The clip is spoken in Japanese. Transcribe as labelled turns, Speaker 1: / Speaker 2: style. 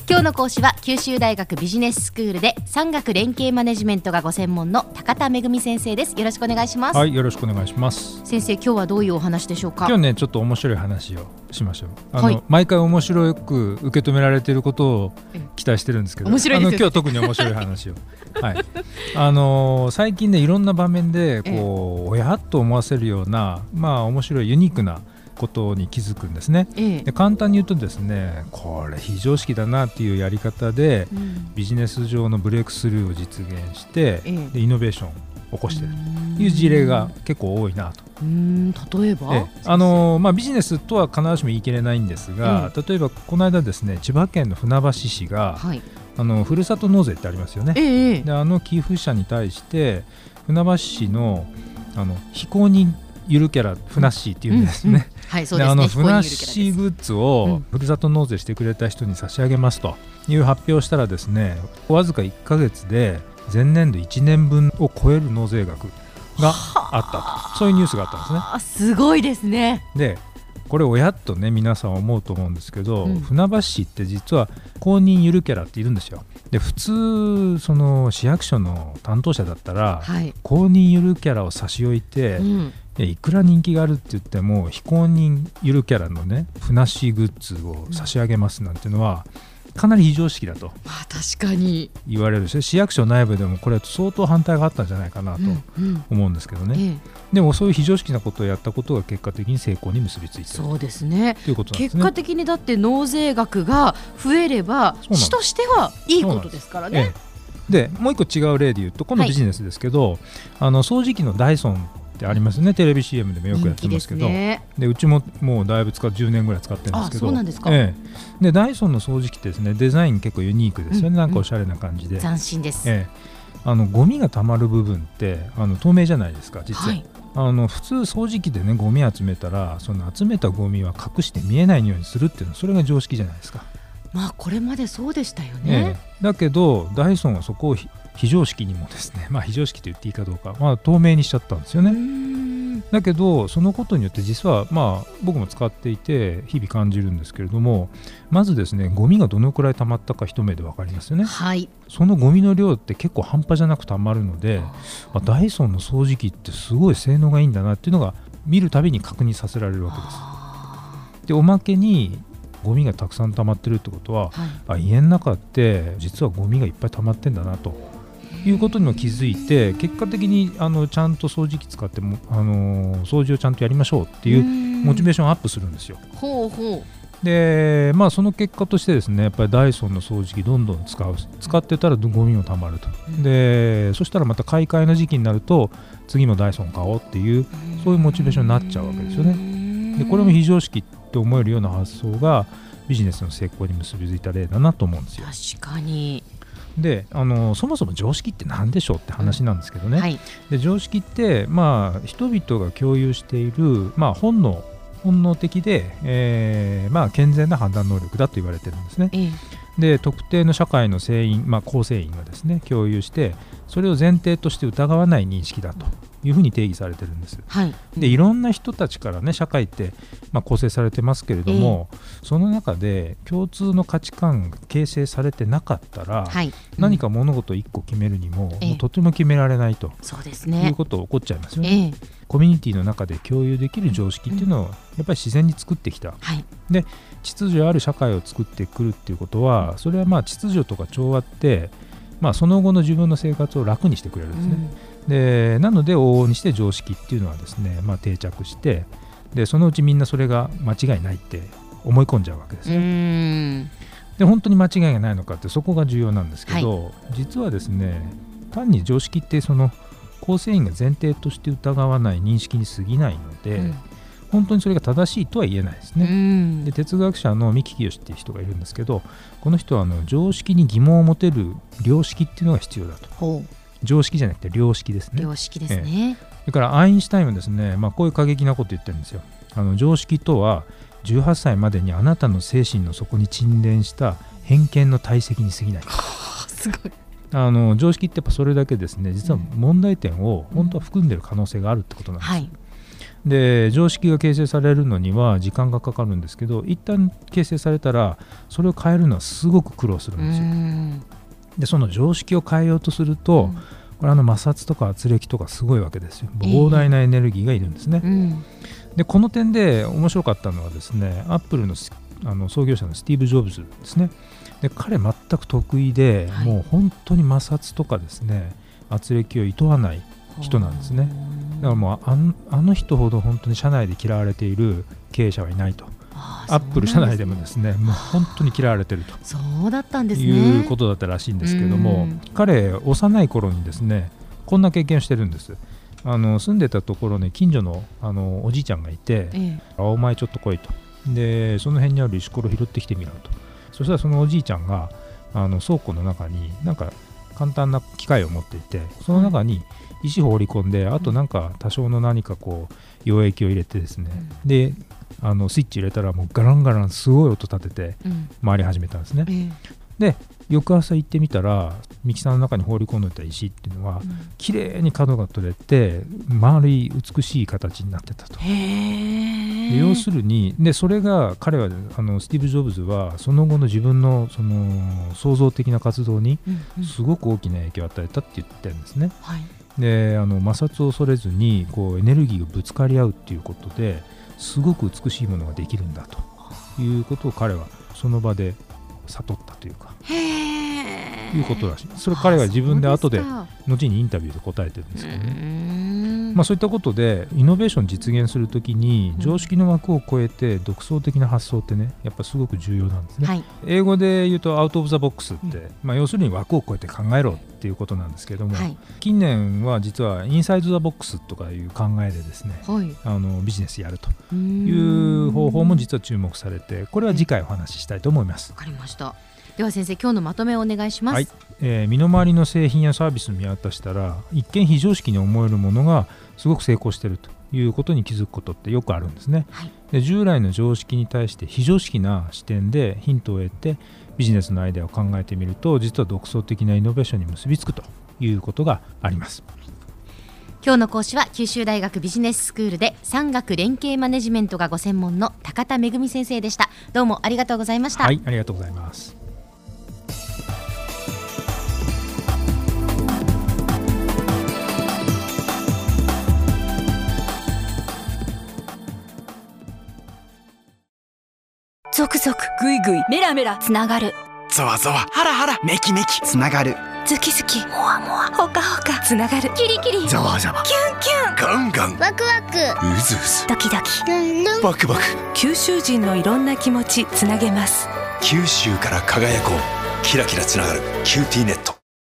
Speaker 1: 今日の講師は九州大学ビジネススクールで産学連携マネジメントがご専門の高田恵先生です。よろしくお願いします。
Speaker 2: はい、よろしくお願いします。
Speaker 1: 先生、今日はどういうお話でしょうか？
Speaker 2: 今日ね、ちょっと面白い話をしましょう。
Speaker 1: はい、
Speaker 2: 毎回面白く受け止められていることを期待してるんですけど、
Speaker 1: 面白いですよね。
Speaker 2: 今日は特に面白い話をはい、最近ね、いろんな場面でおやっと思わせるような、面白いユニークなことに気づくんですね。で簡単に言うとですね、これ非常識だなっていうやり方で、ビジネス上のブレイクスルーを実現して、でイノベーションを起こしているという事例が結構多いなと。
Speaker 1: 例えば、
Speaker 2: ビジネスとは必ずしも言い切れないんですが、例えばこの間ですね、千葉県の船橋市が、ふるさと納税ってありますよね。で寄付者に対して船橋市の非公認ゆるキャラふなっしーっていうんですね。ふなっしーグッズをふるさと納税してくれた人に差し上げますという発表をしたらですね、わずか1ヶ月で前年度1年分を超える納税額があったと、そういうニュースがあったんですね。
Speaker 1: すごいですね。
Speaker 2: でこれをやっとね、皆さん思うと思うんですけど、船橋市って実は公認ゆるキャラっているんですよ。で普通その市役所の担当者だったら、公認ゆるキャラを差し置いて、いくら人気があるって言っても非公認ゆるキャラのね、ふなっしーグッズを差し上げますなんていうのはかなり非常識だと
Speaker 1: 確かに
Speaker 2: 言われるし、市役所内部でもこれ相当反対があったんじゃないかなと思うんですけどね。でもそういう非常識なことをやったことが結果的に成功に結びついている。
Speaker 1: そうですね。
Speaker 2: ということなんですね。
Speaker 1: 結果的にだって納税額が増えれば市としてはいいことですからね。
Speaker 2: でもう一個違う例で言うと、今度ビジネスですけど、掃除機のダイソンってありますね。テレビ CM でもよくやってますけど、でうちももうだいぶ10年ぐらい使ってるんですけど。
Speaker 1: そうなんですか。
Speaker 2: でダイソンの掃除機ってですね、デザイン結構ユニークですよね。なんかおしゃれな感じで
Speaker 1: 斬新です。
Speaker 2: ゴミがたまる部分って透明じゃないですか、実は。普通掃除機でね、ゴミ集めたらその集めたゴミは隠して見えないようにするっていうの、それが常識じゃないですか。
Speaker 1: これまでそうでしたよね。
Speaker 2: だけどダイソンはそこを非常識にもですね、非常識と言っていいかどうか、透明にしちゃったんですよね。だけどそのことによって実は僕も使っていて日々感じるんですけれども、まずですね、ゴミがどのくらい溜まったか一目で分かりますよね。そのゴミの量って結構半端じゃなく溜まるので、ダイソンの掃除機ってすごい性能がいいんだなっていうのが見るたびに確認させられるわけです。でおまけにゴミがたくさん溜まってるってことは、家の中って実はゴミがいっぱい溜まってんだなということにも気づいて、結果的にちゃんと掃除機使っても掃除をちゃんとやりましょうっていうモチベーションアップするんですよ。でその結果としてですね、やっぱりダイソンの掃除機どんどん使ってたらゴミもたまると。でそしたらまた買い替えの時期になると次もダイソン買おうっていう、そういうモチベーションになっちゃうわけですよね。でこれも非常識って思えるような発想がビジネスの成功に結びついた例だなと思うんですよ。
Speaker 1: 確かに。で
Speaker 2: そもそも常識って何でしょうって話なんですけどね。で常識って人々が共有している、本能的で、健全な判断能力だと言われてるんですね。で特定の社会の成員、構成員がですね共有して、それを前提として疑わない認識だというふうに定義されてるんです。でいろんな人たちからね、社会って、構成されてますけれども、その中で共通の価値観が形成されてなかったら、何か物事を1個決めるにも、もうとても決められないということが起こっちゃいますよね。コミュニティの中で共有できる常識っていうのをやっぱり自然に作ってきた。で秩序ある社会を作ってくるっていうことは、それは秩序とか調和って、その後の自分の生活を楽にしてくれるんですね。でなので往々にして常識っていうのはですね、定着して、でそのうちみんなそれが間違いないって思い込んじゃうわけですよ。で本当に間違いがないのかって、そこが重要なんですけど、実はですね、単に常識ってその構成員が前提として疑わない認識に過ぎないので、本当にそれが正しいとは言えないですね。で哲学者の三木清っていう人がいるんですけど、この人は常識に疑問を持てる良識っていうのが必要だと。常識じゃなくて良識ですね。
Speaker 1: 良識ですね。
Speaker 2: だからアインシュタインはですね、こういう過激なこと言ってるんですよ。常識とは18歳までにあなたの精神の底に沈殿した偏見の堆積に過ぎない。
Speaker 1: すごい。
Speaker 2: 常識ってやっぱそれだけですね、実は問題点を本当は含んでる可能性があるってことなんです。 で常識が形成されるのには時間がかかるんですけど、一旦形成されたらそれを変えるのはすごく苦労するんですよ。でその常識を変えようとすると、これ摩擦とか圧力とかすごいわけですよ。膨大なエネルギーがいるんですね。でこの点で面白かったのはですね、アップルの創業者のスティーブ・ジョブズですね。で彼全く得意で、もう本当に摩擦とかですね、圧力をいとわない人なんですね。だからもうあの人ほど本当に社内で嫌われている経営者はいないと。アップル社内でもですね、もう本当に嫌われてると
Speaker 1: そうだったんですね、
Speaker 2: いうことだったらしいんですけども、彼幼い頃にですねこんな経験をしてるんです。住んでたところに近所の、おじいちゃんがいて、お前ちょっと来いと。でその辺にある石ころ拾ってきてみろと。そしたらそのおじいちゃんが倉庫の中になんか簡単な機械を持っていて、その中に石を放り込んで、あとなんか多少の何かこう溶液を入れてですね、でスイッチ入れたらもうガランガランすごい音立てて回り始めたんですね。で翌朝行ってみたら、ミキサーの中に放り込んでた石っていうのは綺麗に角が取れて丸い美しい形になってたと。で要するにそれが彼はスティーブ・ジョブズはその後の自分のその創造的な活動にすごく大きな影響を与えたって言ってるんですね。で摩擦を恐れずにこうエネルギーがぶつかり合うっていうことですごく美しいものができるんだということを彼はその場で悟ったというかいうことらしい。それ彼は自分で後で後にインタビューで答えてるんですけどね。そういったことでイノベーション実現するときに常識の枠を超えて独創的な発想ってね、やっぱすごく重要なんですね。英語で言うとアウトオブザボックスって、要するに枠を超えて考えろっていうことなんですけども、近年は実はインサイドザボックスとかいう考えでですね、ビジネスやるという方法も実は注目されて、これは次回お話ししたいと思います。
Speaker 1: わかりました。では先生、今日のまとめをお願いします。
Speaker 2: 身の回りの製品やサービスを見渡したら一見非常識に思えるものがすごく成功しているということに気づくことってよくあるんですね。で従来の常識に対して非常識な視点でヒントを得てビジネスのアイデアを考えてみると、実は独創的なイノベーションに結びつくということがあります。
Speaker 1: 今日の講師は九州大学ビジネススクールで産学連携マネジメントがご専門の高田恵先生でした。どうもありがとうございました。
Speaker 2: はい、ありがとうございます。
Speaker 3: ゾクゾクグイグイメラメラつながる、
Speaker 4: ゾワゾワハラハラメキメキつながる、
Speaker 3: ズキズキモワモワホカホカつながる、キリキリ
Speaker 4: ザワザワ
Speaker 3: キュンキュン
Speaker 4: ガンガン
Speaker 5: ワクワク
Speaker 4: うずうず
Speaker 3: ドキドキ
Speaker 5: ルンルン
Speaker 4: バクバク、
Speaker 3: 九州人のいろんな気持ちつなげます。
Speaker 4: 九州から輝こう、キラキラつながるキューティーネット。